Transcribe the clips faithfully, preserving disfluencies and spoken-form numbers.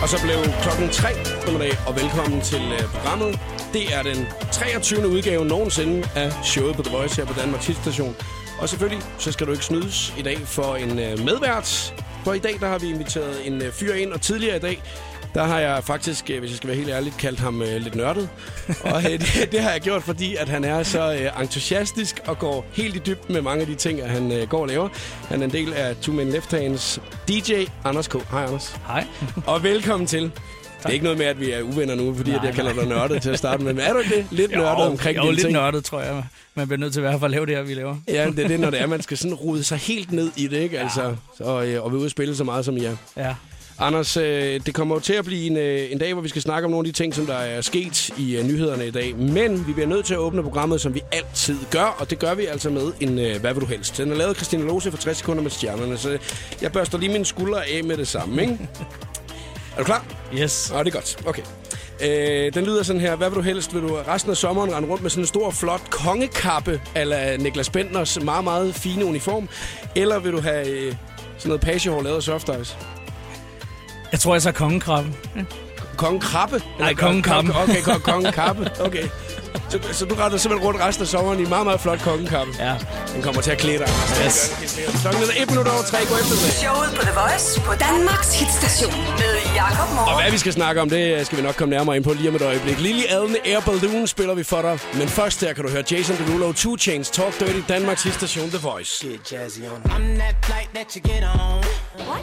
Og så blev klokken tre formiddag, og velkommen til uh, programmet. Det er den treogtyvende udgave nogensinde af showet på The Voice her på Danmarks Hitstation. Og selvfølgelig, så skal du ikke snydes i dag for en uh, medvært. For i dag, der har vi inviteret en uh, fyr ind, og tidligere i dag, der har jeg faktisk, hvis jeg skal være helt ærlig, kaldt ham uh, lidt nørdet. Og uh, det, det har jeg gjort, fordi at han er så uh, entusiastisk og går helt i dybden med mange af de ting, han uh, går og laver. Han er en del af Two Men Left Hands D J Anders K. Hej, Anders. Hej. Og velkommen til. Det er ikke noget med, at vi er uvenner nu, fordi nej, at jeg kalder dig nørdet til at starte med. Men er du ikke det? Lidt jo, nørdet omkring jo, dine lidt ting? nørdet, tror jeg. Man bliver nødt til at være for at lave det her, vi laver. Ja, det er det, når det er. Man skal sådan rode sig helt ned i det, ikke? Ja. Altså, så, og, og vi er ude at spille så meget, som I er. Ja. Anders, øh, det kommer jo til at blive en, øh, en dag, hvor vi skal snakke om nogle af de ting, som der er sket i øh, nyhederne i dag. Men vi bliver nødt til at åbne programmet, som vi altid gør. Og det gør vi altså med en øh, Hvad vil du helst? Den er lavet Christine Lose for tres sekunder med stjernerne. Så jeg børster lige mine skuldre af med det samme, ikke? Er du klar? Yes. Ja, det er godt. Okay. Øh, den lyder sådan her. Hvad vil du helst? Vil du resten af sommeren rende rundt med sådan en stor, flot kongekappe a Niklas Bentners meget, meget fine uniform? Eller vil du have øh, sådan noget pagehår lavet af soft ice? Jeg tror, jeg så kongekrabbe. Ja. Kongekrabbe? Nej, kongekrabbe. Okay, kon- kongekrabbe. Okay. Så, så du retter simpelthen rundt resten af sommeren i en meget, meget flot kongekappe. Ja. Den kommer til at klæde dig. Yes. Klokken er et minut over tre. Gå efter det. Showet på The Voice på Danmarks Hitstation med Jakob Morup. Og hvad vi skal snakke om, det skal vi nok komme nærmere ind på lige om et øjeblik. Lily Allen, Air Balloon spiller vi for dig. Men først der kan du høre Jason Derulo, Two Chainz, Talk Dirty, Danmarks Hitstation The Voice. Get jazzy on. I'm that flight that you get on. What?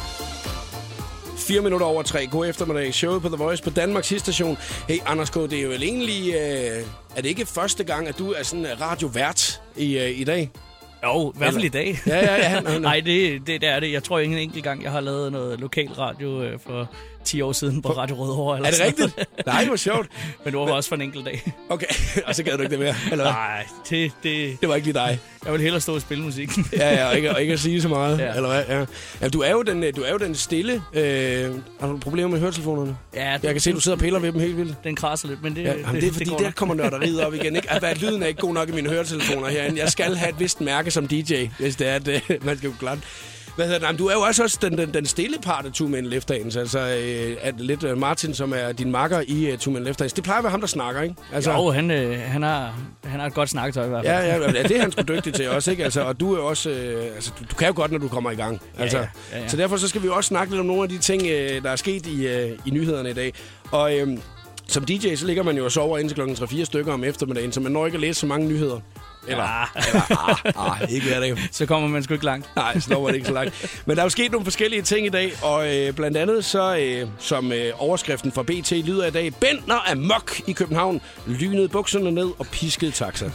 Fire minutter over tre. God eftermiddag. Showet på The Voice på Danmarks Hitstation. Hey, Anders K., det er jo vel egentlig... Øh, er det ikke første gang, at du er sådan en radiovært i, øh, i dag? Jo, i hvert fald i dag. Ja, ja, ja. No, no. Nej, det, det, det er det. Jeg tror ikke en enkelt gang, jeg har lavet noget lokal radio øh, for ti år siden på Radio Rødovre. Eller er det rigtigt? Nej, det var sjovt. Men det var også for en enkelt dag. Okay, og så gad du ikke det mere, eller hvad? Nej, det, det... Det var ikke lige dig. Jeg vil hellere stå og spille musik. Ja, ja, og ikke, og ikke at sige så meget, ja. Eller hvad? Ja. Ja, du er jo den, du er jo den stille. Øh, har du problemer med høretelefonerne? Ja, jeg kan se, du sidder og piller ved dem helt vildt. Den krasser lidt, men det... Ja, jamen, det, det er fordi, det der kommer nørderiet op igen. Ikke? At, lyden er ikke god nok i mine høretelefoner herinde. Jeg skal have et vist mærke som D J, hvis det er, at uh, man skal jo klart. Hvad hedder det? Du er jo også, også den, den, den stille part af Two Men Left Hands. Altså øh, at lidt uh, Martin, som er din makker i uh, Two Men Left Hands. Det plejer at være ham, der snakker, ikke? Altså, jo, han, øh, han, har, han har et godt snakketøj i hvert fald. Ja, ja, det er han sgu dygtig til også, ikke? Altså, og du er også... Øh, altså, du, du kan jo godt, når du kommer i gang. Altså, ja, ja, ja. Så derfor så skal vi jo også snakke lidt om nogle af de ting, øh, der er sket i, øh, i nyhederne i dag. Og øh, som D J, så ligger man jo og sover indtil klokken tre fire stykker om eftermiddagen, så man når ikke at læse så mange nyheder. Eller, ja. eller ah, ah, ikke hver dag. Så kommer man sgu ikke langt. Nej, så når det ikke så langt. Men der er jo sket nogle forskellige ting i dag, og øh, blandt andet så, øh, som øh, overskriften fra B T lyder i dag, Bentner amok i København, lynede bukserne ned og piskede taxa.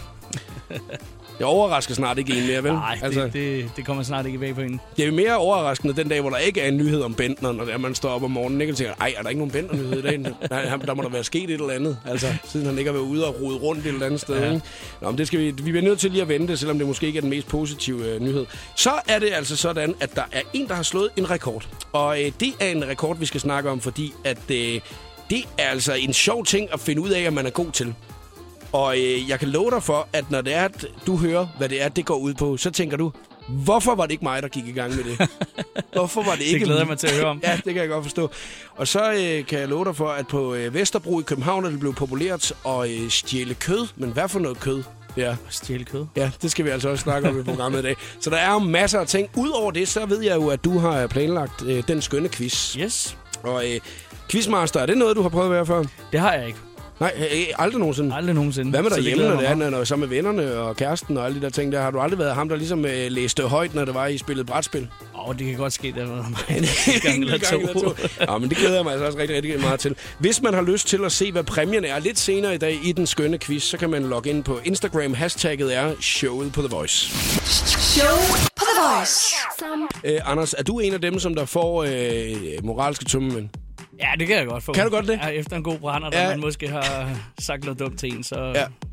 Jeg overrasker snart ikke en mere, vel? Nej, altså, det, det, det kommer snart ikke væk på en. Det er jo mere overraskende den dag, hvor der ikke er en nyhed om Bentner, når man står op om morgenen ikke, og tænker, ej, er der ikke nogen Bentner-nyhed i dag? Nej, der må der være sket et eller andet, altså, siden han ikke har været ude og rode rundt et eller andet sted. Ja. Nå, men det skal vi, vi bliver nødt til lige at vente, selvom det måske ikke er den mest positive øh, nyhed. Så er det altså sådan, at der er en, der har slået en rekord. Og øh, det er en rekord, vi skal snakke om, fordi at øh, det er altså en sjov ting at finde ud af, at man er god til. Og øh, jeg kan love dig for, at når det er, at du hører, hvad det er, det går ud på, så tænker du, hvorfor var det ikke mig, der gik i gang med det? Hvorfor var det ikke... Det glæder jeg mig til at høre om. Ja, det kan jeg godt forstå. Og så øh, kan jeg love dig for, at på øh, Vesterbro i København er det blevet populært at øh, stjæle kød. Men hvad for noget kød? Ja. Stjæle kød? Ja, det skal vi altså også snakke om i programmet i dag. Så der er jo masser af ting. Udover det, så ved jeg jo, at du har planlagt øh, den skønne quiz. Yes. Og øh, quizmaster, er det noget, du har prøvet at være før? Det har jeg ikke. Nej, aldrig nogensinde. Aldrig nogensinde. Hvad med derhjemme, når det er, når så med vennerne og kæresten og alle de der ting der? Har du aldrig været ham, der ligesom øh, læste højt, når det var, I spillede brætspil? Åh, oh, det kan godt ske, der var mig. En gang eller to. Ja, men det glæder jeg mig altså også rigtig, rigtig meget til. Hvis man har lyst til at se, hvad præmien er lidt senere i dag i den skønne quiz, så kan man logge ind på Instagram. Hashtagget er showet på The Voice. Show på The Voice. Øh, Anders, er du en af dem, som der får øh, moralske tømmermænd? Ja, det kan jeg godt få. Kan du godt det? Ja, efter en god brænder, ja. Der man måske har sagt noget dumt til en, så... Ja.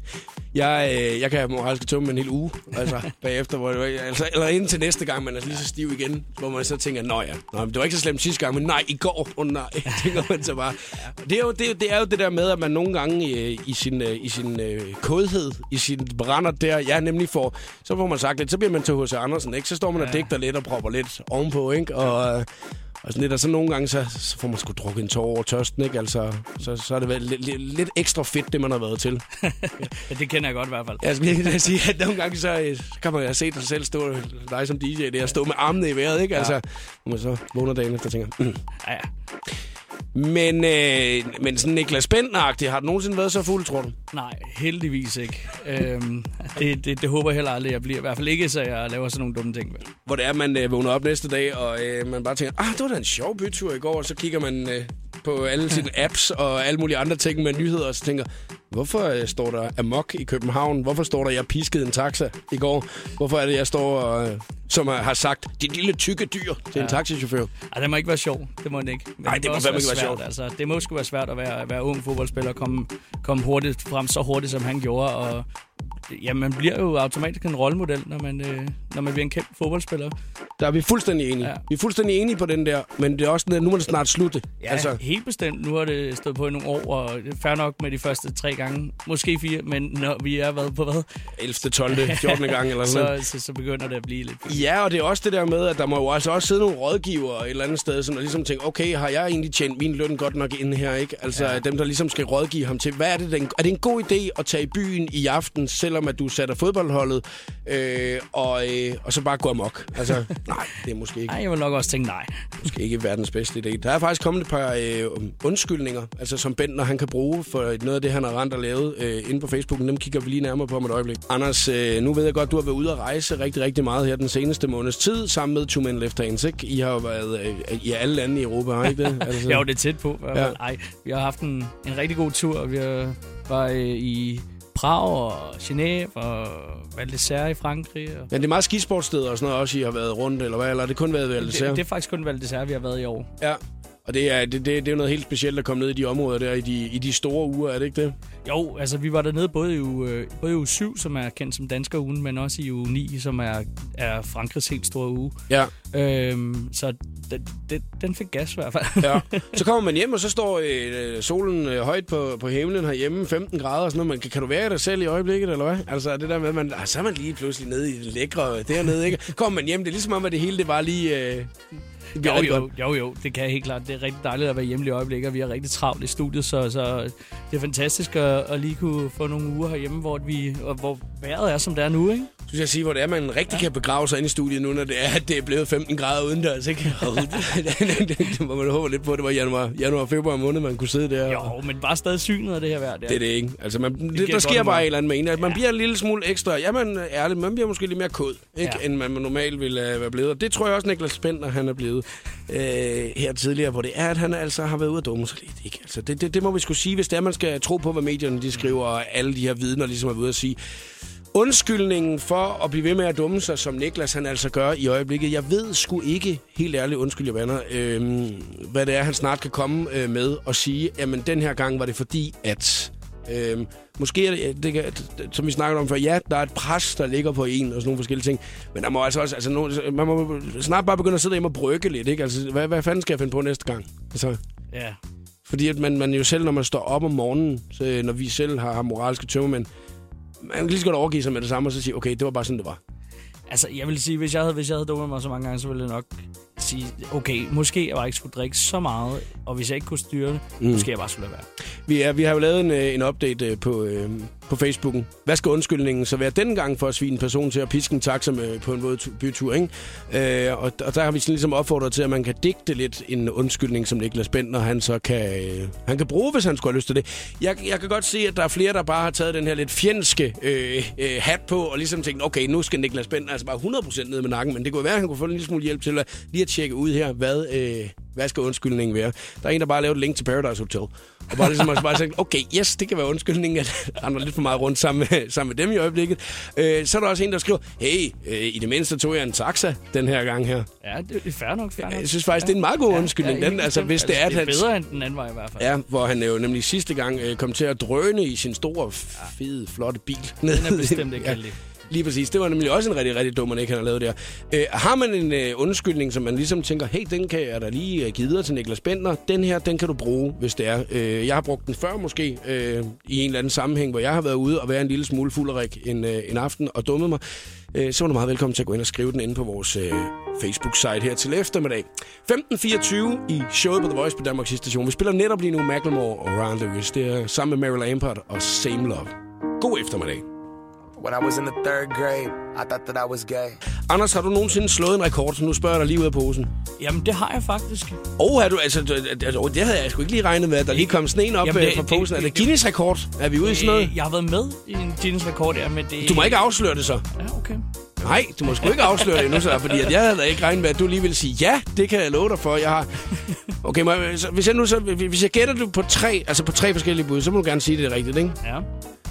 Jeg, øh, jeg kan have moralske tømme en hel uge, altså bagefter, hvor det var, altså, eller inden til næste gang, man er lige så stiv igen, hvor man så tænker, nå ja, nå, det var ikke så slemt sidste gang, men nej, i går, oh, nej, tænker man så bare. Det er jo det, det, er jo det der med, at man nogle gange i, i sin, i sin øh, kodhed, i sin brænder der, ja, nemlig får, så får man sagt lidt, så bliver man til H C Andersen, ikke? Så står man og digter lidt og propper lidt ovenpå, ikke? Og... Og sådan lidt, og så nogle gange, så, så får man sgu drukket en tår over tørsten, ikke? Altså, så, så er det vel lidt, lidt, lidt ekstra fedt, det man har været til. Ja, det kender jeg godt i hvert fald. Jeg skal lige sige, at nogle gange, så, så kan man jo have set sig selv stå, dig som D J, det at stå med armene i vejret, ikke? Altså, når man så vågner dagen efter og tænker, mm. Ja, ja. Men, øh, men sådan Niklas Bentner-agtig, har du nogensinde været så fuld, tror du? Nej, heldigvis ikke. Øhm, det, det, det håber jeg heller aldrig, jeg bliver. I hvert fald ikke, så jeg laver sådan nogle dumme ting. Vel? Hvor det er, man øh, vågner op næste dag, og øh, man bare tænker, ah, det var da en sjov bytur i går, og så kigger man øh, på alle sine apps og alle mulige andre ting med nyheder, og så tænker, hvorfor øh, står der amok i København? Hvorfor står der, jeg piskede en taxa i går? Hvorfor er det, jeg står og... Øh, som har sagt, det lille tykke dyr til ja. en taxichauffør. Ej, det må ikke være sjov. Det må det ikke. Nej, det, det må også være, være sjovt. Altså, det må sgu være svært at være, være ung fodboldspiller og komme, komme hurtigt frem, så hurtigt, som han gjorde. Og ja, man bliver jo automatisk en rollemodel, når man, øh, når man bliver en kendt fodboldspiller. Der er vi fuldstændig enige. Ja. Vi er fuldstændig enige på den der, men det er også, nu må det snart slutte. Ja, altså. Helt bestemt. Nu har det stået på i nogle år, og det er fair nok med de første tre gange. Måske fire, men når vi er været på hvad? ellevte, tolvte, fjortende gang eller sådan noget. Så, så, så begynder det at blive lidt... Ja, og det er også det der med, at der må jo altså også sidde nogle rådgivere et eller andet sted, som der ligesom tænker, okay, har jeg egentlig tjent min løn godt nok inde her, ikke? Altså ja. dem, der ligesom skal rådgive ham til, hvad er det, den, er det en god idé at tage i byen i aften, selvom at du sætter fodboldholdet, øh, og, øh, og så bare gå amok? Altså, nej, det er måske ikke. Nej, jeg vil nok også tænke nej. Måske ikke verdens bedste idé. Der er faktisk kommet et par øh, undskyldninger, altså som Bentner han kan bruge for noget af det, han har rent og lavet øh, inde på Facebook. Dem kigger vi lige nærmere på om et øjeblik. Anders, øh, nu ved jeg godt, du har været ude at rejse rigtig, rigtig meget her den seneste måneds tid, sammen med Two Men Left Hands, ikke? I har jo været øh, i alle lande i Europa, har I ikke det? Altså, ja, det er tæt på. Ja. Ej, vi har haft en, en rigtig god tur. Vi har, var øh, i Prag og Genève og Val d'Isère i Frankrig. Og... Men det er meget skisportsteder og sådan noget også, I har været rundt, eller hvad? Eller er det kun været Val d'Isère? Det, det er faktisk kun Val d'Isère, vi har været i år. Ja. Og det er, det, det, det er jo noget helt specielt at komme ned i de områder der, i de, i de store uger, er det ikke det? Jo, altså vi var dernede både i uge, både i uge syv, som er kendt som danskerugen, men også i uge ni, som er, er Frankrigs helt store uge. Ja. Øhm, så den, den, den fik gas i hvert fald. Ja. Så kommer man hjem, og så står øh, solen øh, højt på, på himlen herhjemme, femten grader og sådan noget. Men kan, kan du være dig selv i øjeblikket, eller hvad? Altså det der med, at man, ah, så er man lige pludselig nede i det lækre dernede, ikke? Kommer man hjem, det er ligesom om, at det hele det var lige... Øh, Jo, jo, jo, jo, det kan jeg helt klart. Det er rigtig dejligt at være hjemme i øjeblikket, og vi er rigtig travlt i studiet, så, så det er fantastisk at, at lige kunne få nogle uger herhjemme, hvor, vi, hvor vejret er, som det er nu, ikke? Synes jeg sige, hvor det er, man rigtig ja. kan begrave sig ind i studiet nu, når det er, at det er blevet femten grader udendørs, ikke? Det må man håbe lidt på, det var januar, januar februar måned, man kunne sidde der. Jo, men bare stadig synet af det her vejr. Der. Det er det ikke. Altså, man, det, det der sker bare et eller andet med en, at man ja. bliver en lille smule ekstra, ja, man er ærlig, man bliver måske lidt mere kod, ikke? Ja. End man normalt ville uh, være blevet. Og det tror jeg også, Niklas Bentner, han er blevet uh, her tidligere, hvor det er, at han altså har været ude at dumme sig lidt, ikke? Altså, det, det, det må vi skulle sige, hvis det er, man skal tro på, hvad medierne de skriver, og alle de her vidner ligesom er ude at sige. Undskyldningen for at blive ved med at dumme sig, som Niklas han altså gør i øjeblikket. Jeg ved sgu ikke, helt ærligt, undskyld jeg venner, øh, hvad det er, han snart kan komme øh, med og sige, jamen den her gang var det fordi, at... Øh, måske er det, det, det, som vi snakkede om før, ja, der er et pres, der ligger på en og sådan nogle forskellige ting. Men der må altså også, altså, no, man må snart bare begynde at sidde hjemme og brygge lidt, ikke? Altså, hvad, hvad fanden skal jeg finde på næste gang? Altså, ja. Fordi at man, man jo selv, når man står op om morgenen, så, når vi selv har, har moralske tømmermænd, man kan lige så godt overgive sig med det samme og så sige, okay, det var bare sådan, det var. Altså, jeg vil sige, hvis jeg havde, hvis jeg havde dummet mig så mange gange, så ville jeg nok sige, okay, måske jeg bare ikke skulle drikke så meget, og hvis jeg ikke kunne styre det, mm. måske jeg bare skulle lade være. Vi, er, vi har jo lavet en, en update på, øh, på Facebooken. Hvad skal undskyldningen så være denne gang for at svine en person til at piske en taxa med, på en våd bytur, ikke? Øh, og, og der har vi sådan ligesom opfordret til, at man kan digte lidt en undskyldning, som Niklas Bentner, han så kan, øh, han kan bruge, hvis han skulle have lyst til det. Jeg, jeg kan godt se, at der er flere, der bare har taget den her lidt fjendske øh, øh, hat på, og ligesom tænkt, okay, nu skal Niklas Bentner altså bare hundrede procent ned med nakken, men det kunne være, at han kunne få en lille smule hjælp til at lige at tjekke ud her, hvad, øh, Hvad skal undskyldningen være? Der er en, der bare lavet et link til Paradise Hotel. Og bare ligesom bare sagt, okay, yes, det kan være undskyldningen, at han er lidt for meget rundt sammen med, sammen med dem i øjeblikket. Øh, så er der også en, der skriver, hey, øh, i det mindste tog jeg en taxa den her gang her. Ja, det er fair nok, fair nok. Jeg synes faktisk, det er en meget god undskyldning. Ja, den, altså, hvis det, er, det er bedre end den anden vej i hvert fald. Ja, hvor han jo nemlig sidste gang øh, kom til at drøne i sin store, fede, flotte bil. Den er bestemt ikke heldig. Lige præcis. Det var nemlig også en rigtig, rigtig dum, man ikke han har lavet der. Øh, har man en øh, undskyldning, som man ligesom tænker, hey, den kan jeg da lige uh, give videre til Niklas Bentner. Den her, den kan du bruge, hvis det er. Øh, jeg har brugt den før måske, øh, i en eller anden sammenhæng, hvor jeg har været ude og været en lille smule fulderik en, øh, en aften og dummet mig. Øh, så var du meget velkommen til at gå ind og skrive den inde på vores øh, Facebook-site her til eftermiddag. femten fireogtyve i showet på The Voice på Danmarks station. Vi spiller netop lige nu Macklemore og Ryan Lewis. Det er sammen med Mary Lampert og Same Love. God eftermiddag. When I was in the third grade, I thought that I was gay. Anders, har du nogensinde slået en rekord, så nu spørger jeg dig lige ud af posen? Jamen, det har jeg faktisk. Åh, oh, har du, altså, altså, det havde jeg sgu ikke lige regnet med, at der lige kom sådan en op Jamen, det, fra posen. Det, det, er det Guinness-rekord? Er vi ude i sådan noget? Jeg har været med i en Guinness-rekord, ja, men det... Du må ikke afsløre det så. Ja, okay. Nej, du må sgu ikke afsløre det endnu så, fordi at jeg havde ikke regnet med, at du lige ville sige, ja, det kan jeg love dig for. Jeg har... Okay, må jeg, så, hvis jeg nu så, hvis jeg gætter det på tre, altså på tre forskellige bud, så må du gerne sige, det er rigtigt, ikke? Ja.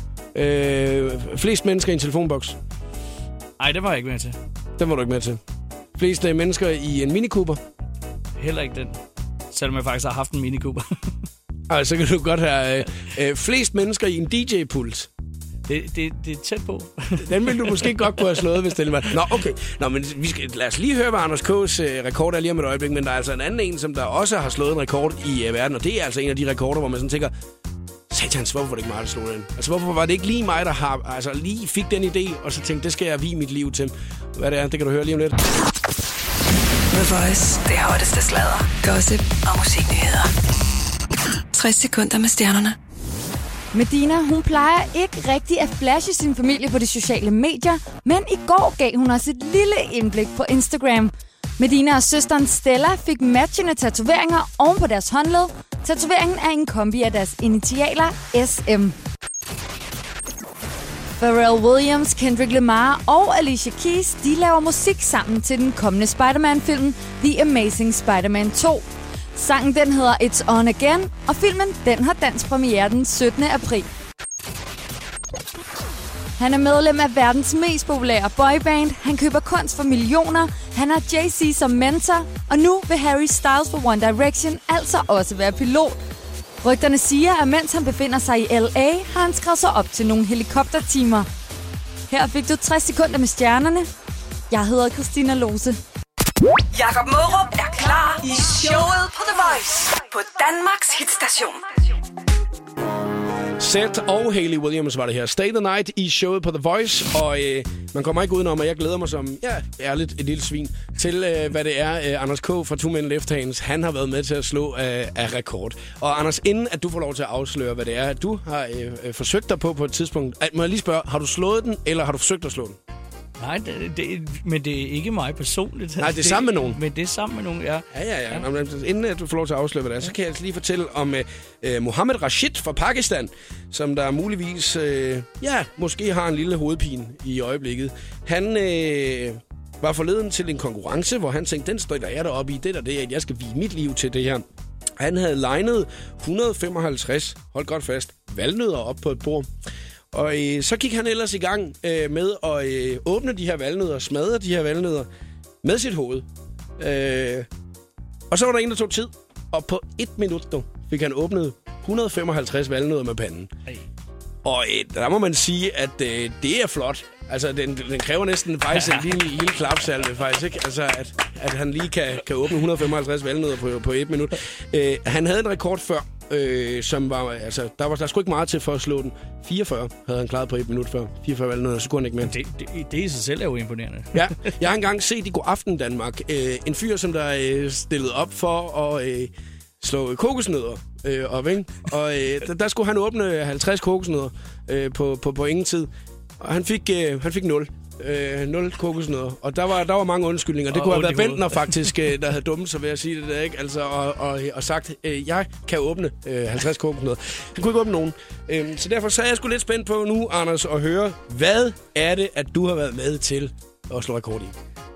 Øh, flest mennesker i en telefonboks. Nej, det var jeg ikke med til. Den var du ikke med til. Flest øh, mennesker i en Mini Cooper. Heller ikke den. Selvom jeg faktisk har haft en Mini Cooper. Altså, så kan du godt have øh, øh, flest mennesker i en D J-pult. Det, det, det er tæt på. Den ville du måske godt kunne have slået, hvis det var. Nå, okay. Nå, men vi skal, lad os lige høre, hvad Anders K's øh, rekord er lige om et øjeblik. Men der er altså en anden en, som der også har slået en rekord i øh, verden. Og det er altså en af de rekorder, hvor man sådan tænker... Satans, hvorfor var det ikke mig, der slog den? Altså, hvorfor var det ikke lige mig, der har, altså, lige fik den idé, og så tænkte, det skal jeg vie mit liv til. Hvad det er, det kan du høre lige om lidt. The Voice. Det hotteste sladder, gossip og musiknyheder. tres sekunder med stjernerne. Medina, hun plejer ikke rigtig at flashe sin familie på de sociale medier, men i går gav hun os et lille indblik på Instagram. Medina og søsteren Stella fik matchende tatoveringer oven på deres håndled. Tatoveringen er en kombi af deres initialer S M. Pharrell Williams, Kendrick Lamar og Alicia Keys, de laver musik sammen til den kommende Spider-Man-film The Amazing Spider-Man to. Sangen den hedder It's On Again, og filmen den har dansk premiere den syttende april. Han er medlem af verdens mest populære boyband. Han køber kunst for millioner. Han har Jay-Z som mentor. Og nu vil Harry Styles for One Direction altså også være pilot. Rygterne siger, at mens han befinder sig i L A, har han skrevet sig op til nogle helikoptertimer. Her fik du tres sekunder med stjernerne. Jeg hedder Christina Lose. Jakob Mårup er klar i showet på The Voice på Danmarks hitstation. Seth og Hayley Williams var det her. Stay the Night i showet på The Voice. Og øh, man kommer ikke udenom, at jeg glæder mig som, ja, ærligt, et lille svin, til øh, hvad det er, øh, Anders K. fra Two Men Left Hands, han har været med til at slå øh, af rekord. Og Anders, inden at du får lov til at afsløre, hvad det er, at du har øh, forsøgt dig på på et tidspunkt. Øh, må jeg lige spørge, har du slået den, eller har du forsøgt at slå den? Nej, det, det, men det er ikke mig personligt. Nej, det er sammen med nogen. Men det er sammen med nogen, ja. Ja, ja, ja. ja. Nå, inden at du får lov til at afsløre, hvad det er, så kan jeg altså lige fortælle om uh, Mohammed Rashid fra Pakistan, som der muligvis, uh, ja, måske har en lille hovedpine i øjeblikket. Han uh, var forleden til en konkurrence, hvor han tænkte, den står der er deroppe i, det der det er, at jeg skal vie mit liv til det her. Han havde legnet et hundrede femoghalvtreds, hold godt fast, valnødder op på et bord. Og øh, så gik han ellers i gang øh, med at øh, åbne de her valnødder, smadre de her valnødder med sit hoved. Øh, og så var der en, der tog tid, og på et minut nu fik han åbnet et hundrede femoghalvtreds valnødder med panden. Ej. Og øh, der må man sige, at øh, det er flot. Altså, den, den kræver næsten faktisk en lille, lille klapsalve, faktisk, ikke? Altså, at, at han lige kan, kan åbne et hundrede femoghalvtreds valnødder på, på et minut. Øh, han havde en rekord før, øh, som var, altså, der var der sgu ikke meget til for at slå den. fireogfyrre havde han klaret på et minut før. fireogfyrre valnødder, så kunne han ikke mere. Det, det, det i sig selv er jo imponerende. Ja, jeg har engang set i God Aften Danmark øh, en fyr, som der øh, stillede op for at øh, slå kokosnødder øh, op, ikke? Og øh, der, der skulle han åbne halvtreds kokosnødder øh, på, på, på ingen tid. Og han fik, øh, han fik nul. Øh, nul kokosnødder. Og der var, der var mange undskyldninger. Det og kunne have været Bentner faktisk, øh, der havde dummet sig ved at sige det der, ikke? Altså, og, og, og sagt, øh, jeg kan åbne øh, halvtreds kokosnødder. Han kunne ikke åbne nogen. Øh, så derfor så er jeg sgu lidt spændt på nu, Anders, at høre, hvad er det, at du har været med til at slå rekord i?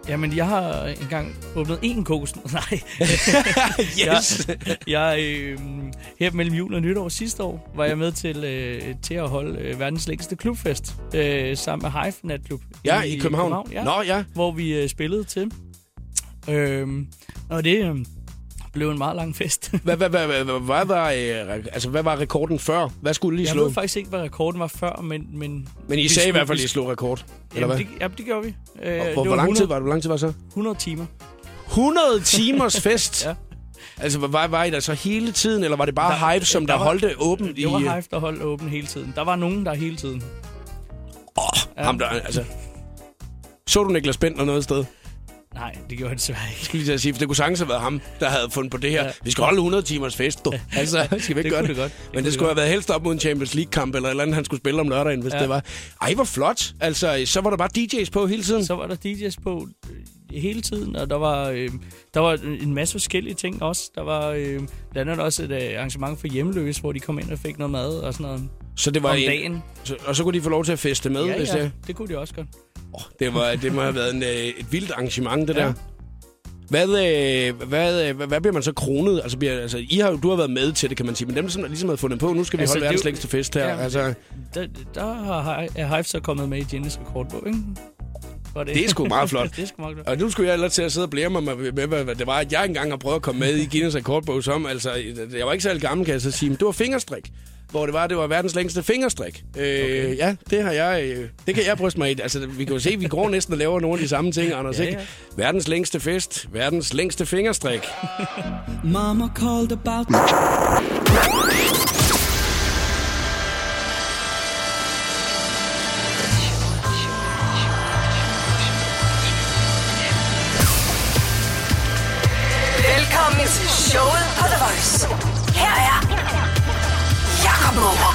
Jamen, jeg har engang åbnet én kokosnød. Nej. Yes! jeg, jeg, øh, her mellem jul og nytår sidste år, var jeg med til, øh, til at holde øh, verdens længste klubfest øh, sammen med Hive Natklub. Ja, i, i København. København ja, Nå, ja. Hvor vi øh, spillede til. Øh, og det øh, blev en meget lang fest. hvad, hvad, hvad, hvad, hvad, var, øh, altså, hvad var rekorden før? Hvad skulle lige jeg slå? ved faktisk ikke, hvad rekorden var før, men... Men, men I sagde i hvert fald, at I slog rekord, eller hvad? Det, ja, det gjorde vi. Øh, hvor hvor, hvor lang tid var det? Hvor lang tid var det så? hundrede timer. hundrede timers fest? Ja. Altså, var, var I der så hele tiden, eller var det bare der, Hive, som der, der var, holdt det åbent? Det var i... Hive, der holdt åbent hele tiden. Der var nogen, der hele tiden. Åh, oh, ja. ham der, altså... Så du Niklas Bentner noget sted? Nej, det gjorde jeg desværre ikke. Jeg skulle lige til at sige, for det kunne sagtens have været ham, der havde fundet på det her. Ja. Vi skal holde hundrede timers fest, du. Altså, skal vi ikke gøre det? det godt. Det Men det skulle det have været helst op mod en Champions League-kamp, eller et eller andet, han skulle spille om lørdagen, hvis ja. det var. Ej, hvor flot. Altså, så var der bare D J's på hele tiden? Så var der D J's på hele tiden, og der var, øh, der var en masse forskellige ting også. Der var øh, blandt andet også et øh, arrangement for hjemløse, hvor de kom ind og fik noget mad og sådan noget. Så det var om en, dagen. Så, og så kunne de få lov til at feste med? Ja, hvis ja, det... det kunne de også godt. Oh, det, var, det må have været en, et vildt arrangement, det ja. der. Hvad, øh, hvad, øh, hvad bliver man så kronet? Altså, bliver, altså I har, du har været med til det, kan man sige. Men dem, som ligesom har fundet på, nu skal vi altså, holde verdens længste fest her. Ja, altså. Der, der har, er Hive så kommet med i Guinness rekordbog, ikke? Det. det er sgu meget flot. Det er sgu meget flot. Og nu skulle jeg ellers til at sidde og blære mig med, hvad det var, at jeg engang har prøvet at komme med i Guinness rekordbog som. Altså, jeg var ikke særlig gammel, kan jeg så sige, men det var fingerstrik. Hvor det var, det var verdens længste fingerstrik. Øh, okay. Ja, det har jeg, øh, det kan jeg bryste mig i. Altså, vi kan jo se, at vi går næsten og laver nogle af de samme ting, Anders, ja, ja. ikke? Verdens længste fest, verdens længste fingerstrik. Mama called about... Velkommen til showet på The Voice. Her er Jakob Morup.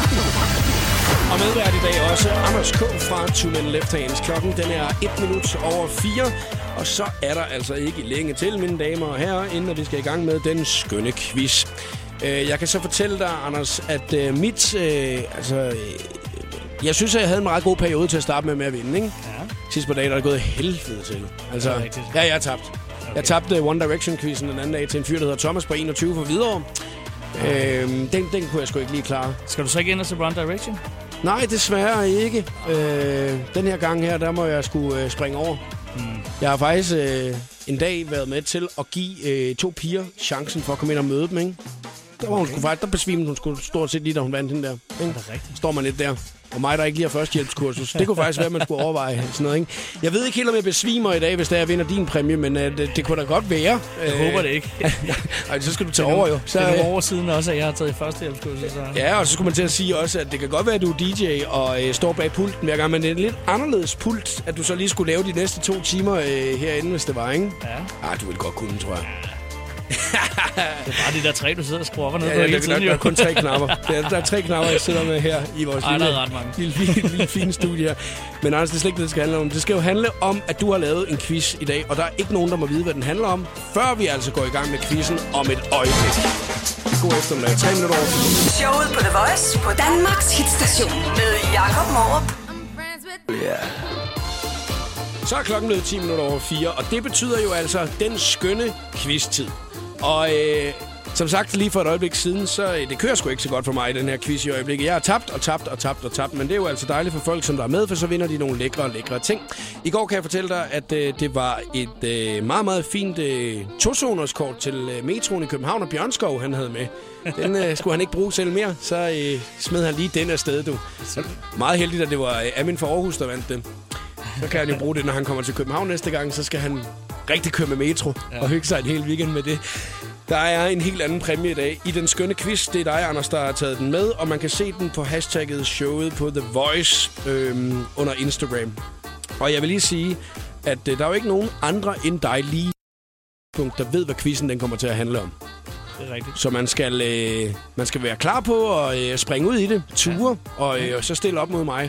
Og medvært i dag også Anders K. fra Two Men Left Hands. Klokken den er et minut over fire. Og så er der altså ikke længe til, mine damer og herrer, inden vi skal i gang med den skønne quiz. Jeg kan så fortælle dig, Anders, at mit... Øh, altså, jeg synes, at jeg havde en meget god periode til at starte med med at vinde, ikke? Ja. Sidste par dage, der er gået helvede til. Altså, ja, jeg har tabt. Okay. Jeg tabte One Direction-quizzen den anden dag til en fyr, der hedder Thomas på enogtyve for Hvidovre. Ja. Øhm, den, den kunne jeg sgu ikke lige klare. Skal du så ikke ind og se One Direction? Nej, desværre ikke. Øh, den her gang her, der må jeg sgu øh, springe over. Mm. Jeg har faktisk øh, en dag været med til at give øh, to piger chancen for at komme ind og møde dem, ikke? Der, var hun sgu faktisk, der besvimede hun sgu stort set lige, da hun vandt den der. Ikke? Det er rigtigt. Står man lidt der. Og mig, der ikke lige har førstehjælpskursus. Det kunne faktisk være, at man skulle overveje sådan noget, ikke? Jeg ved ikke helt, om jeg besvimer i dag, hvis det er, jeg vinder din præmie, men uh, det, det kunne da godt være. Jeg øh, håber det ikke. Ej, så skal du tage over, jo. Så, det er nogle år siden også, at jeg har taget førstehjælpskursus. Så. Ja, og så skulle man til at sige også, at det kan godt være, at du er D J og øh, står bag pulten hver gang, men det er en lidt anderledes pult, at du så lige skulle lave de næste to timer øh, herinde, hvis det var, ikke? Ja. Ah, du ville godt kunne, tror jeg. Det er bare de der tre, du sidder og skruer ned ja, på ja, hele det, tiden. Der, der er kun tre knapper. Der, der er tre knapper, jeg sidder med her i vores Ej, lille, lille, lille, lille fine studie her. Men Anders, det er slet ikke det, det skal handle om. Det skal jo handle om, at du har lavet en quiz i dag, og der er ikke nogen, der må vide, hvad den handler om, før vi altså går i gang med quizzen om et øjeblik. God eftermiddag. Tre minutter over. Showet på The Voice på Danmarks hitstation med Jakob Morup. Yeah. Så er klokken blevet ti minutter over fire, og det betyder jo altså den skønne quiz-tid. Og øh, som sagt lige for et øjeblik siden, så øh, det kører sgu ikke så godt for mig i den her quiz i øjeblikket. Jeg har tabt og tabt og tabt og tabt, men det er jo altså dejligt for folk, som der er med, for så vinder de nogle lækre og lækre ting. I går kan jeg fortælle dig, at øh, det var et øh, meget, meget fint øh, to-zonerskort til øh, metroen i København, og Bjørnskov, han havde med. Den øh, skulle han ikke bruge selv mere, så øh, smed han lige den afsted, du. Meget heldigt, at det var øh, Amin fra Aarhus, der vandt den. Så kan han jo bruge det, når han kommer til København næste gang, så skal han rigtig køre med metro ja. og hygge sig en hel weekend med det. Der er en helt anden præmie i dag i den skønne quiz. Det er dig, Anders, der har taget den med, og man kan se den på hashtagget showet på The Voice øhm, under Instagram. Og jeg vil lige sige, at øh, der er jo ikke nogen andre end dig lige, der ved, hvad quizzen den kommer til at handle om. Det er rigtigt. Så man skal, øh, man skal være klar på at øh, springe ud i det, ture, ja. og øh, så stille op mod mig.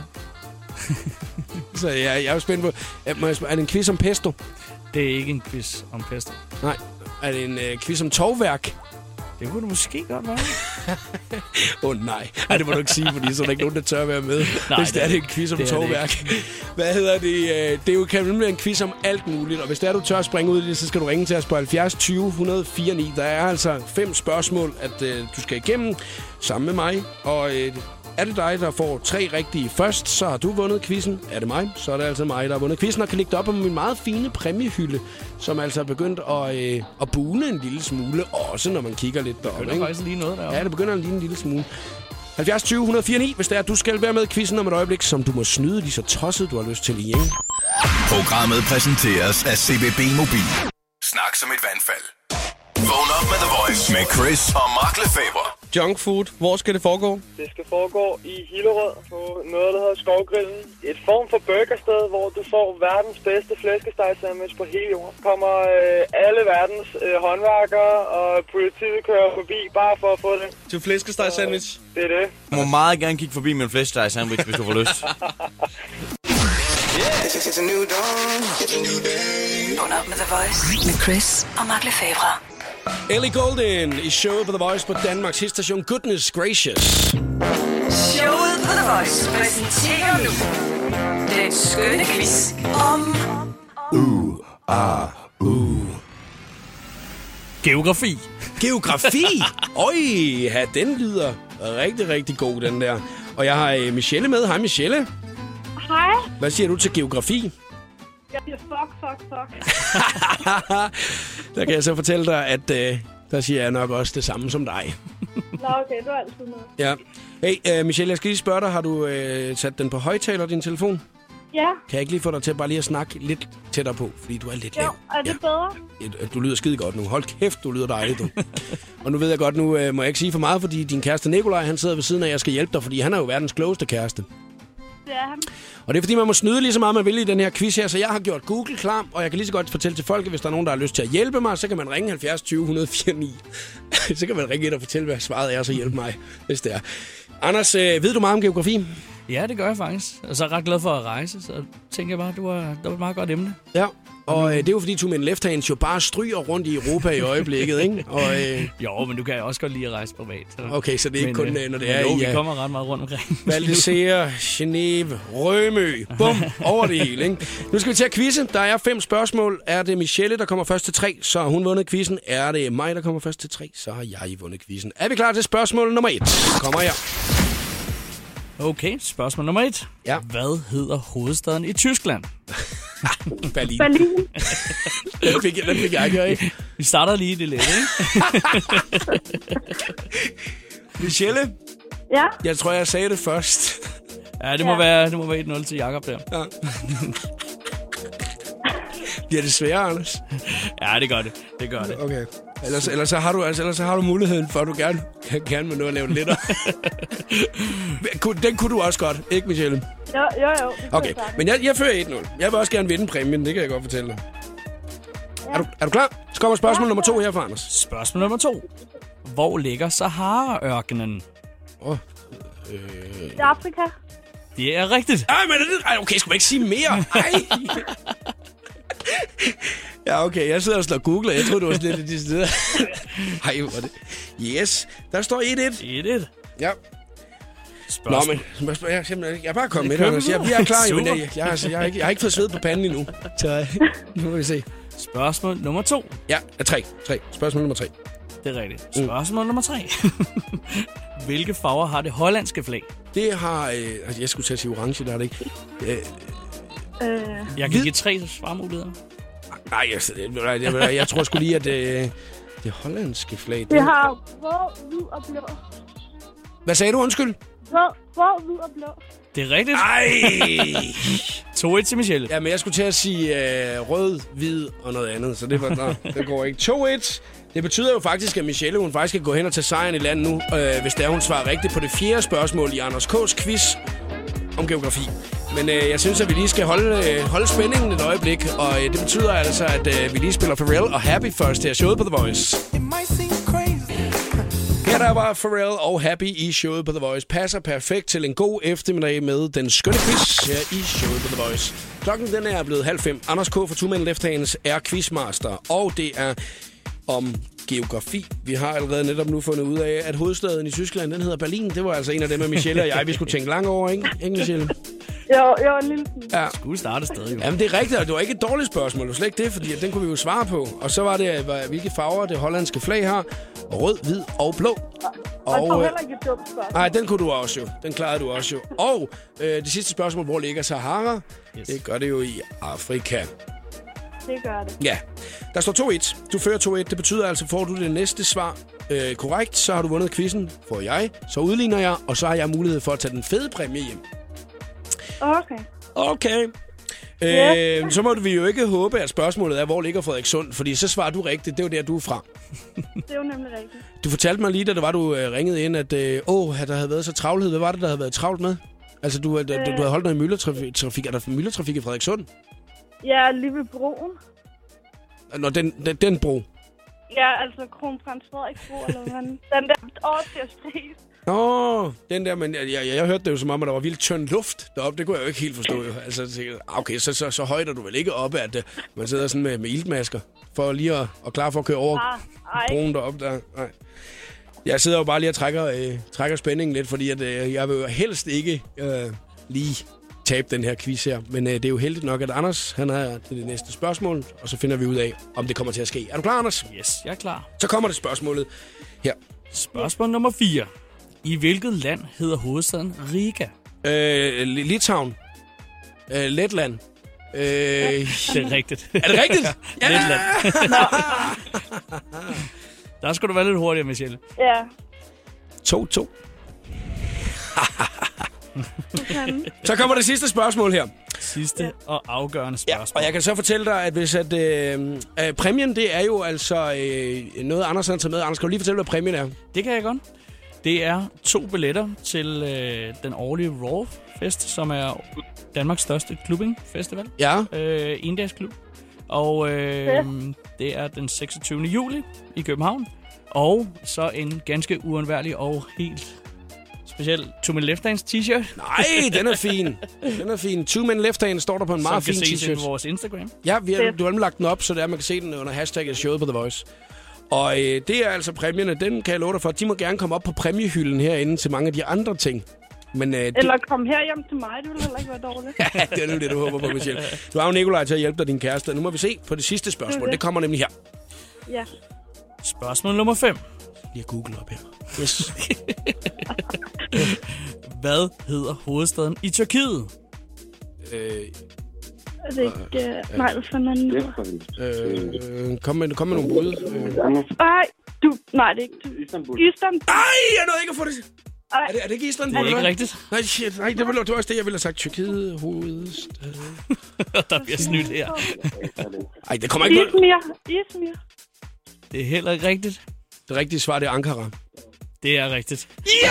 Så jeg, jeg er jo spændt på, er det en quiz om pesto? Det er ikke en quiz om pesto. Nej. Er det en øh, quiz om tovværk? Det kunne det måske godt være. Åh oh, nej. Ej, det må du ikke sige, fordi så er der ikke nogen, der tør at være med. Nej, hvis det er det en quiz om tovværk. Hvad hedder det? Det er jo kan være en quiz om alt muligt. Og hvis det er, du tør at springe ud i det, så skal du ringe til os på halvfjerds tyve et hundrede og fire ni. Der er altså fem spørgsmål, at uh, du skal igennem sammen med mig. Og uh, er det dig, der får tre rigtige først, så har du vundet quizzen. Er det mig, så er det altså mig, der har vundet quizzen. Og kan lægge det op på min meget fine præmiehylde, som altså er begyndt at, øh, at bune en lille smule. Også når man kigger lidt deroppe. Det er faktisk lige noget deroppe. Ja, det begynder at ligne en lille smule. halvfjerds tyve et hundrede og fire ni, hvis det er, at du skal være med i quizzen om et øjeblik, som du må snyde lige så tosset, du har lyst til igen. Programmet præsenteres af C B B Mobil. Snak som et vandfald. Vågn op med The Voice med Chris og Mark Lefebvre. Junk food, hvor skal det foregå? Det skal foregå i Hillerød på noget, der hedder Skovgrillen. Et form for burgersted, hvor du får verdens bedste flæskestegsandwich på hele jorden. Kommer øh, alle verdens øh, håndværkere, og politiet kører forbi bare for at få det. Til flæskestegsandwich? Det er det. Du må meget gerne kigge forbi med en flæskestegsandwich, hvis du får lyst. Vågn op med The Voice med Chris og Mark Lefebvre. Ellie Goulding i showet på The Voice på Danmarks hitstation Goodness Gracious. Showet på The Voice præsenterer nu den skønne quiz om... Uh, ah, uh. Geografi. Geografi? Øj, ja, den lyder rigtig, rigtig god, den der. Og jeg har uh, Michelle med. Hej, Michelle. Hej. Hvad siger du til geografi? Jeg siger fuck, fuck, fuck. Der kan jeg så fortælle dig, at uh, der siger jeg nok også det samme som dig. Nå, okay, du er altid med. Ja. Hey, uh, Michelle, jeg skal lige spørge dig. Har du uh, sat den på højtaler, din telefon? Ja. Kan jeg ikke lige få dig til bare lige at snakke lidt tættere på, fordi du er lidt jo, lav? er det ja. bedre? Du lyder skide godt nu. Hold kæft, du lyder dejligt, du. Og nu ved jeg godt, nu uh, må jeg ikke sige for meget, fordi din kæreste Nikolaj, han sidder ved siden af, jeg skal hjælpe dig, fordi han er jo verdens klogeste kæreste. Det er han. Og det er fordi, man må snyde lige så meget, man vil i den her quiz her. Så jeg har gjort Google klar, og jeg kan lige så godt fortælle til folk, at hvis der er nogen, der har lyst til at hjælpe mig, så kan man ringe halvfjerds tyve et hundrede og fire ni. Så kan man ringe ind og fortælle, hvad svaret er, og så hjælpe mig, hvis det er. Anders, øh, ved du meget om geografi? Ja, det gør jeg faktisk. Og så er jeg ret glad for at rejse, så tænker jeg bare, det var, det var et meget godt emne. Ja, og øh, det er jo fordi, du med en left hands jo bare stryger rundt i Europa i øjeblikket, ikke? Og, øh... Jo, men du kan også godt lide at rejse privat. Så... Okay, så det er ikke men, kun, øh, når det er jo, i... Jo, vi kommer ret meget rundt omkring. Val d'Isère, Genève, Rømø, bum, over det hele, ikke? Nu skal vi til at quizze. Der er fem spørgsmål. Er det Michelle, der kommer først til tre, så har hun vundet quizzen. Er det mig, der kommer først til tre, så har jeg vundet quizzen. Er vi klar til spørgsmål nummer et? Kommer her. Okay, spørgsmål nummer et. Ja. Hvad hedder hovedstaden i Tyskland? Berlin. Berlin. Den fik jeg, den fik jeg ikke. Vi starter lige det lidt, ikke? Michelle? Ja? Jeg tror, jeg sagde det først. Ja, det må ja. være det må være et nul til Jakob der. Ja. Bliver det sværere, Anders? Ja, det gør det. Det gør det. Okay. Ellers, ellers, så har du, altså, ellers så har du muligheden for, at du gerne, gerne vil nå at lave lidt. Den kunne du også godt, ikke Michelle? Jo, jo, jo. Okay, men jeg, jeg fører et nul. Jeg vil også gerne vinde præmien, det kan jeg godt fortælle dig. Ja. Er, du, er du klar? Så kommer spørgsmål ja. nummer to her fra Anders. Spørgsmål nummer to. Hvor ligger Sahara-ørkenen? Åh, oh, øh... Det er Afrika. Det er rigtigt. Ej, men det, ej, okay, skulle man ikke sige mere? Ej. Ja, okay, jeg sidder og slår Google, jeg troede, det var sådan lidt i de steder. Ej, hvor det... Yes, der står et et. et et. Ja. Spørgsmål. Nå, men jeg, jeg, jeg er bare kommet med det, Anders. Jeg, jeg er klar, men jeg, jeg, jeg, jeg, har ikke, jeg har ikke fået sved på panden endnu. Så nu må vi se. Spørgsmål nummer to. Ja, tre. tre. Spørgsmål nummer tre. Det er rigtigt. Spørgsmål mm. nummer tre. Hvilke farver har det hollandske flag? Det har... Øh, altså, jeg skulle til at sige orange, der er det ikke. Øh, øh, jeg kan give tre svarmuligheder. Nej, jeg, jeg, jeg, jeg, jeg tror sgu lige, at øh, det hollandske flag... Det, det har rød, hvid og blå. Hvad sagde du, undskyld? Rød, rød, hvid og blå. Det er rigtigt. Ej! to et til Michelle. Ja, men jeg skulle til at sige øh, rød, hvid og noget andet, så det var... Nå, det går ikke. to et. Det betyder jo faktisk, at Michelle, hun faktisk kan gå hen og tage sejren i land nu, øh, hvis der hun svarer rigtigt på det fjerde spørgsmål i Anders K's quiz om geografi. Men øh, jeg synes, at vi lige skal holde, øh, holde spændingen et øjeblik, og øh, det betyder altså, at øh, vi lige spiller Pharrell og Happy først her showet på The Voice. Her der var Pharrell og Happy i showet på The Voice. Passer perfekt til en god eftermiddag med den skønne quiz her i showet på The Voice. Klokken den er blevet halv fem. Anders K. fra Two Men Left Hands er quizmaster, og det er om geografi. Vi har allerede netop nu fundet ud af, at hovedstaden i Tyskland, den hedder Berlin. Det var altså en af dem, at Michelle og jeg, vi skulle tænke langt over, ikke? Ikke, Michelle? Jo, jo, en lille smule. Ja. Skulle starte stadig, jo. Jamen, det er rigtigt, og det var ikke et dårligt spørgsmål. Det var slet ikke det, fordi den kunne vi jo svare på. Og så var det, hvilke farver det hollandske flag har. Rød, hvid og blå. Og, og heller ikke et dumt spørgsmål. Nej, den kunne du også jo. Den klarede du også jo. Og øh, det sidste spørgsmål, hvor ligger Sahara? Yes. Det gør det jo i Afrika. Det gør det. Ja. Der står to et. Du fører to et. Det betyder altså, får du det næste svar øh, korrekt, så har du vundet quizzen. Får jeg, så udligner jeg, og så har jeg mulighed for at tage den fede præmie hjem. Okay. Okay. Yeah. Øh, så må vi jo ikke håbe, at spørgsmålet er, hvor ligger Frederikssund, fordi så svarer du rigtigt. Det er jo der, du er fra. Det er jo nemlig rigtigt. Du fortalte mig lige, da det var, du øh, ringede ind, at øh, åh, der havde været så travlhed. Hvad var det, der havde været travlt med? Altså, du, øh. du, du havde holdt noget i myldretrafik. Er der myldretrafik i Frederikssund? Ja, lige ved broen. Nå, den, den, den bro. Ja, altså Kronprins Frederiks bro, eller hvad? Den der årstidspris. Nå, den der, men jeg, jeg, jeg hørte det jo som om, at der var vildt tynd luft deroppe. Det kunne jeg jo ikke helt forstå. Jo. Altså, jeg tænkte, okay, så, så, så højt er du vel ikke oppe, at uh, man sidder sådan med, med iltmasker, for lige at og klar for at køre over ah, broen deroppe der. Nej. Jeg sidder jo bare lige og trækker, øh, trækker spændingen lidt, fordi at, øh, jeg vil jo helst ikke øh, lige tabe den her quiz her. Men øh, det er jo heldigt nok, at Anders, han er til det næste spørgsmål, og så finder vi ud af, om det kommer til at ske. Er du klar, Anders? Yes, jeg er klar. Så kommer det spørgsmålet her. Spørgsmål nummer fire. I hvilket land hedder hovedstaden Riga? Øh, Litauen. Øh, Letland. Øh, det er rigtigt. Er det rigtigt? Ja! Letland. Der skulle du være lidt hurtigere, Michelle. Ja. to to. Så kommer det sidste spørgsmål her. Sidste og afgørende spørgsmål. Ja, og jeg kan så fortælle dig, at hvis at, øh, øh, præmien, det er jo altså øh, noget, Anders har taget med. Anders, kan du lige fortælle, hvad præmien er? Det kan jeg godt. Det er to billetter til øh, den årlige Raw-fest, som er Danmarks største clubbing-festival. Ja. Øh, endagsklub. Og øh, ja. det er den seksogtyvende juli i København. Og så en ganske uundværlig og helt speciel Two Men Left Hands t-shirt. Nej, den er fin. Den er fin. Two Men Left Hands står der på en meget fin t-shirt. Som kan ses på vores Instagram. Ja, vi har, du har lagt den op, så der man kan se den under hashtagget showet på The Voice. Og øh, det er altså præmierne, den kan jeg love dig for. De må gerne komme op på præmiehylden herinde til mange af de andre ting. Men, øh, Eller de... komme her hjem til mig, det vil heller ikke være dårligt. Ja, det er nu det, du håber på, Michelle. Du har jo Nikolaj til at hjælpe dig, din kæreste. Nu må vi se på det sidste spørgsmål. Det, det kommer nemlig her. Ja. Spørgsmål nummer fem. Lige at google op her. Yes. Hvad hedder hovedstaden i Tyrkiet? Øh... Er det ikke... Øh, nej, hvad fanden øh, øh, kom, med, kom med nogle brud. Nej, du... Nej, det er ikke... Istanbul. Istanbul. Ej, jeg nåede ikke at få det... Er det, er det ikke Istanbul? Det er ikke rigtigt. Nej, shit, nej, det var, det var også det, jeg ville have sagt. Tyrkiet, hovedstad... Der bliver snydt her. Ej, det kommer ikke... Izmir. Izmir. Det er heller ikke rigtigt. Det rigtige svar, det er Ankara. Det er rigtigt. Ja!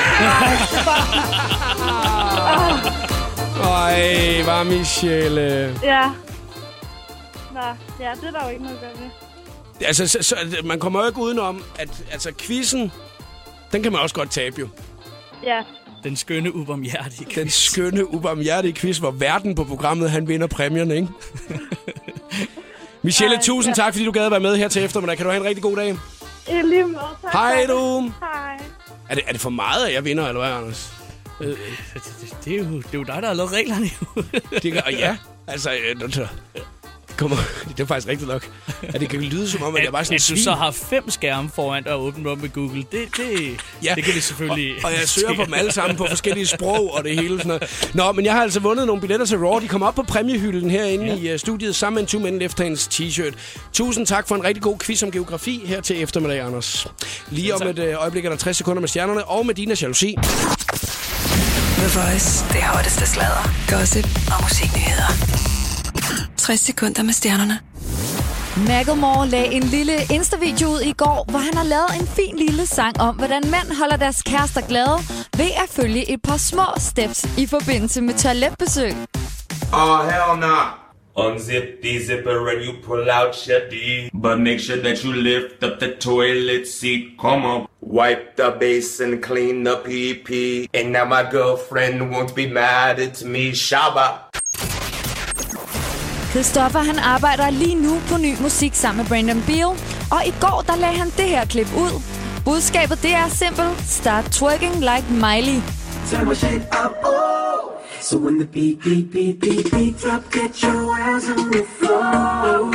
Ej, var Michelle. Ja. Nå, ja, det er der jo ikke noget at gøre med. Altså, så, så, man kommer jo ikke udenom, at altså, quizzen, den kan man også godt tabe jo. Ja. Den skønne, ubarmhjertige quiz. Den skønne, ubarmhjertige quiz, hvor verden på programmet, han vinder præmierne, ikke? Michelle, Ej, tusind ja. tak, fordi du gad at være med her til eftermiddag. Kan du have en rigtig god dag? I lige måde, tak. Hej, du. Hej. Er det, er det for meget, at jeg vinder, eller hvad, Anders? Øh, det, det, det, er jo, det er jo dig, der har lavet reglerne. det gør, ja, altså... Øh, Kommer. Det er faktisk rigtigt nok. At det kan lyde som om, at, at jeg bare sådan at svin. du så har fem skærme foran dig og åbent op med Google, det, det, ja. det kan vi selvfølgelig... Og, og jeg søger på dem alle sammen på forskellige sprog og det hele sådan noget. Nå, men jeg har altså vundet nogle billetter til Raw. De kommer op på præmiehylden herinde ja. i uh, studiet sammen med en Two Men Left Hands t-shirt. Tusind tak for en rigtig god quiz om geografi her til eftermiddag, Anders. Lige om et uh, øjeblik er der tres sekunder med stjernerne og Medina Jalousi. The Voice. Det hotteste sladder, gossip og musiknyheder. tres sekunder med stjernerne. Macklemore lagde en lille Insta-video ud i går, hvor han har lavet en fin lille sang om, hvordan mænd holder deres kærester glade ved at følge et par små steps i forbindelse med toiletbesøg. Oh, hell nah. Unzip the zipper and you pull out your D. But make sure that you lift up the toilet seat. Come on. Wipe the basin, clean the pee-pee. And now my girlfriend won't be mad at me. Shabba. Christoffer han arbejder lige nu på ny musik sammen med Brandon Beal, og i går der lagde han det her klip ud. Budskabet det er simpelt. Start twerking like Miley. Turn my shit up, oh. So when the beat, beat, beat, beat, beat drop, get your ass on the floor.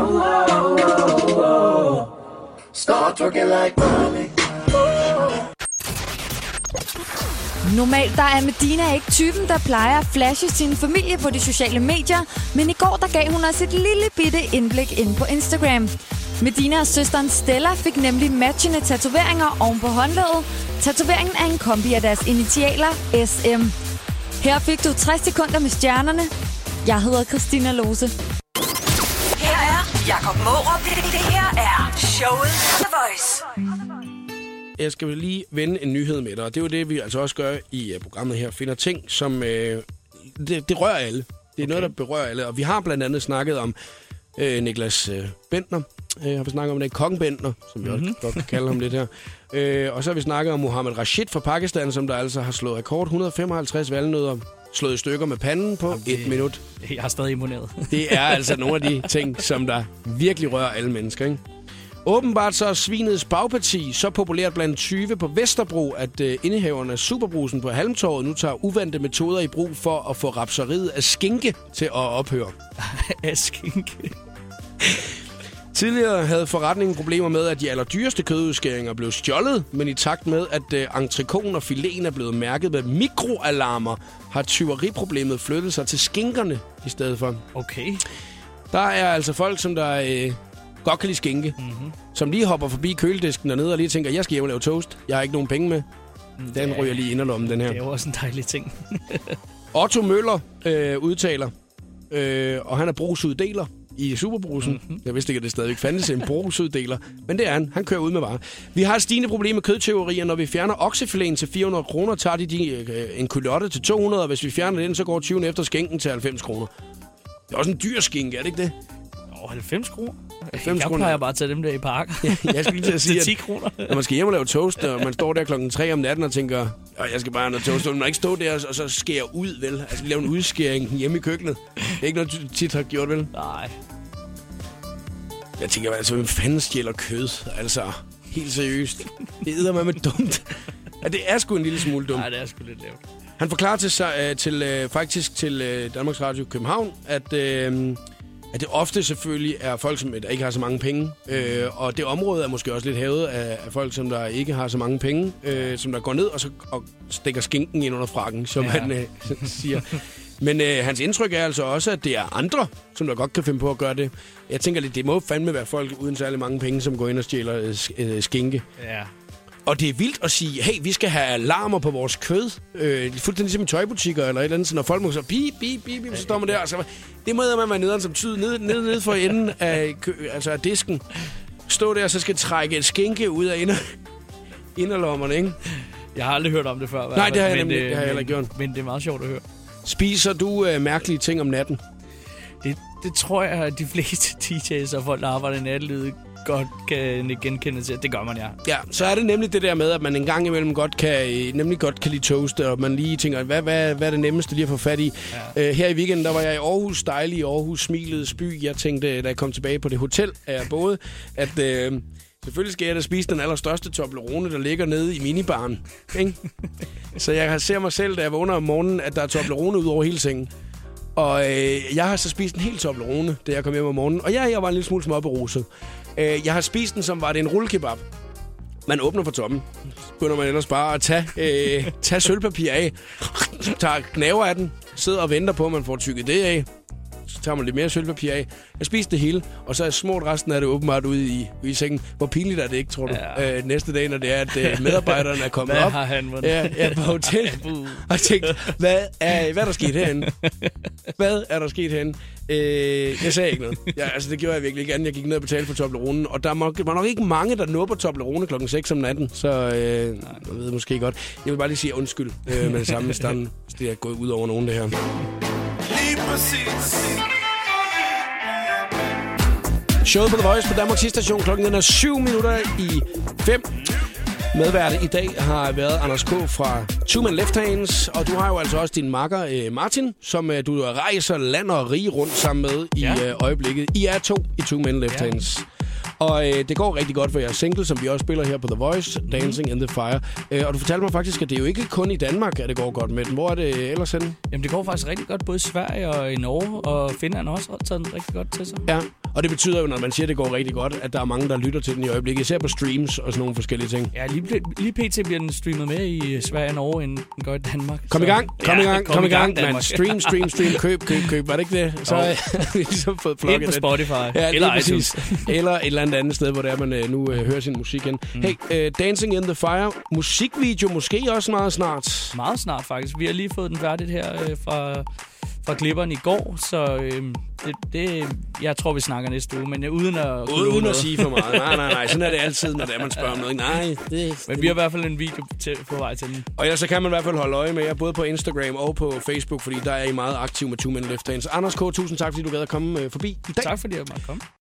Start twerking like Miley. Normalt der er Medina ikke typen, der plejer at flashe sin familie på de sociale medier, men i går der gav hun os et lille bitte indblik ind på Instagram. Medina og søsteren Stella fik nemlig matchende tatoveringer oven på håndledet. Tatoveringen er en kombi af deres initialer S M. Her fik du tres sekunder med stjernerne. Jeg hedder Christina Lose. Her er Jakob Mårup. Det her er showet på The Voice. Jeg skal lige vende en nyhed med dig, og det er jo det, vi altså også gør i uh, programmet her. Finder ting, som øh, det, det rører alle. Det er okay. Noget, der berører alle. Og vi har blandt andet snakket om øh, Niklas øh, Bentner. Øh, har vi snakket om det. Kong Bentner, som vi mm-hmm. også godt kan kalde ham lidt her. Øh, og så har vi snakket om Mohammed Rashid fra Pakistan, som der altså har slået rekord. et hundrede og femoghalvtreds valgnødder slået i stykker med panden på Jamen, det, et minut. Jeg er stadig imponeret. Det er altså nogle af de ting, som der virkelig rører alle mennesker, ikke? Åbenbart så er svinets bagparti så populært blandt tyve på Vesterbro, at uh, indehaverne af Superbrusen på Halmtorvet nu tager uvante metoder i brug for at få rapseriet af skinke til at ophøre. Af skinke? Tidligere havde forretningen problemer med, at de allerdyreste kødudskæringer blev stjålet, men i takt med, at uh, entrecôten og filéen er blevet mærket med mikroalarmer, har tyveriproblemet flyttet sig til skinkerne i stedet for. Okay. Der er altså folk, som der... Uh, godt kan lide skinke, mm-hmm. som lige hopper forbi køledisken dernede og lige tænker, jeg skal hjem og lave toast. Jeg har ikke nogen penge med. Den ja, ryger lige ind og lommen, den her. Det er jo også en dejlig ting. Otto Møller øh, udtaler, øh, og han er brugsuddeler i Superbrusen. Mm-hmm. Jeg vidste ikke, at det stadigvæk fandtes en brugsuddeler, men det er han. Han kører ud med varer. Vi har et stigende problem med kødteorier. Når vi fjerner oksefiléen til fire hundrede kroner, tager de, de øh, en culotte til to hundrede, og hvis vi fjerner den, så går tyven efter skænken til halvfems kroner. Det er også en dyr skinke, er det ikke det? Åh, halvfems kroner? halvfems jeg plejer bare at tage dem der i park. Ja, jeg skal lige til at sige, til ti kroner. At når man skal hjem og lave toast, og man står der klokken tre om natten og tænker, jeg skal bare have noget toast, og man ikke stå der og så skære ud, vel? Altså lave en udskæring hjemme i køkkenet. Det er ikke noget, du tit har gjort, vel? Nej. Jeg tænker, altså, hvem fanden stjæler kød? Altså, helt seriøst. Det æder man med dumt. Ja, det er sgu en lille smule dumt. Nej, det er sgu lidt lavt. Han forklarer til, sig, til, faktisk til Danmarks Radio København, at... Øh, at det ofte selvfølgelig er folk, som der ikke har så mange penge. Øh, og det område er måske også lidt hævet af, af folk, som der ikke har så mange penge, øh, som der går ned og, så, og stikker skinken ind under frakken, som ja. han øh, siger. Men øh, hans indtryk er altså også, at det er andre, som der godt kan finde på at gøre det. Jeg tænker lidt, det må fandme være folk uden særlig mange penge, som går ind og stjæler øh, skinke. Ja. Og det er vildt at sige, hey, vi skal have alarmer på vores kød. Øh, fuldstændig ligesom i tøjbutikker eller et eller andet, så når folk må så bip, bip, bip, bip, så står man der. Så, det må man være nederen som tyd, ned, ned, ned for enden af, kø, altså af disken. Stå der, så skal trække et skinke ud af inder, inderlommerne, ikke? Jeg har aldrig hørt om det før. Nej, det har jeg men, nemlig, det har jeg heller men, gjort. Men det er meget sjovt at høre. Spiser du øh, mærkelige ting om natten? Det, det tror jeg, at de fleste D J's og folk, der arbejder i nattelivet, godt kan genkende til. Det gør man, ja. Ja, så er det nemlig det der med, at man en gang imellem godt kan, nemlig godt kan lide toast, og man lige tænker, hvad, hvad, hvad er det nemmeste lige at få fat i? Ja. Uh, her i weekenden, der var jeg i Aarhus, dejlig Aarhus, Smilets by. Jeg tænkte, da jeg kom tilbage på det hotel, at jeg boede, at uh, selvfølgelig skal jeg da spise den allerstørste Toblerone, der ligger nede i minibaren. Ikke? Så jeg ser mig selv, da jeg vågner om morgenen, at der er Toblerone ud over hele sengen. Og øh, jeg har så spist en hel Toblerone, da jeg kom hjem om morgenen. Og ja, jeg var en lille smule småberuset. Øh, jeg har spist den, som var det en rullekebab. Man åbner for toppen. Så begynder man ellers bare at tage, øh, tage sølvpapir af. Tager knæver af den. Sidder og venter på, at man får tykket det af. Så tager man lidt mere sølvpapir af. Jeg spiste det hele, og så er jeg smurt resten af det åbenbart ude i, ude i sengen. Hvor pinligt er det ikke, tror du? Ja. Øh, næste dag, når det er, at øh, medarbejderne er kommet hvad op. Har han ja, ja, på hotel. Og tænkte, hvad er, hvad er der sket herinde? Hvad er der sket herinde? Øh, jeg sagde ikke noget. Ja, altså, det gjorde jeg virkelig ikke andet. Jeg gik ned og betalte for Tobleronen. Og der var nok ikke mange, der nupper Toblerone klokken seks om natten. Så øh, jeg ved måske godt. Jeg vil bare lige sige undskyld øh, med det samme stand, hvis det er gået ud over nogen, det her. Lige præcis. Showet på The Voice på Danmarks station. Klokken er syv minutter i fem. Medvært i dag har været Anders K. fra Two Men Left Hands, og du har jo altså også din makker øh, Martin, som øh, du rejser land og rige rundt sammen med i ja. øh, øjeblikket. I er to i Two Men Left ja. Hands. Og øh, det går rigtig godt for jeres single, som vi også spiller her på The Voice, Dancing in the Fire. Øh, og du fortalte mig faktisk, at det er jo ikke kun i Danmark, at det går godt med den. Hvor er det ellers henne? Jamen, det går faktisk rigtig godt både i Sverige og i Norge, og Finland har også taget den rigtig godt til sig. Ja, og det betyder jo, når man siger, at det går rigtig godt, at der er mange, der lytter til den i øjeblikket. Især på streams og sådan nogle forskellige ting. Ja, lige, lige pt. bliver den streamet med i Sverige og Norge, end den går i Danmark. Kom i gang, kom ja, i gang, kom, kom i i gang, gang man. Stream, stream, stream, køb, køb, køb. Var det ikke det? Så har vi ligesom fået plukket på Spotify. Ja, eller iTunes. Eller et eller andet andet sted, hvor det er, man øh, nu øh, hører sin musik igen. Mm. Hey, uh, Dancing in the Fire. Musikvideo måske også meget snart? Meget snart, faktisk. Vi har lige fået den færdigt her øh, fra, fra klipperen i går, så øh, det, det, jeg tror, vi snakker næste uge, men uden at... Uden, uden at sige for meget. Nej, nej, nej. Sådan er det altid, når det er, man spørger om noget. Nej, det... Men vi har i hvert fald en video til, på vej til den. Og ellers så kan man i hvert fald holde øje med jer, både på Instagram og på Facebook, fordi der er I meget aktiv med Two Men Left Hands. Anders K., tusind tak, fordi du gad at komme øh, forbi i dag. Tak, fordi jeg måtte komme.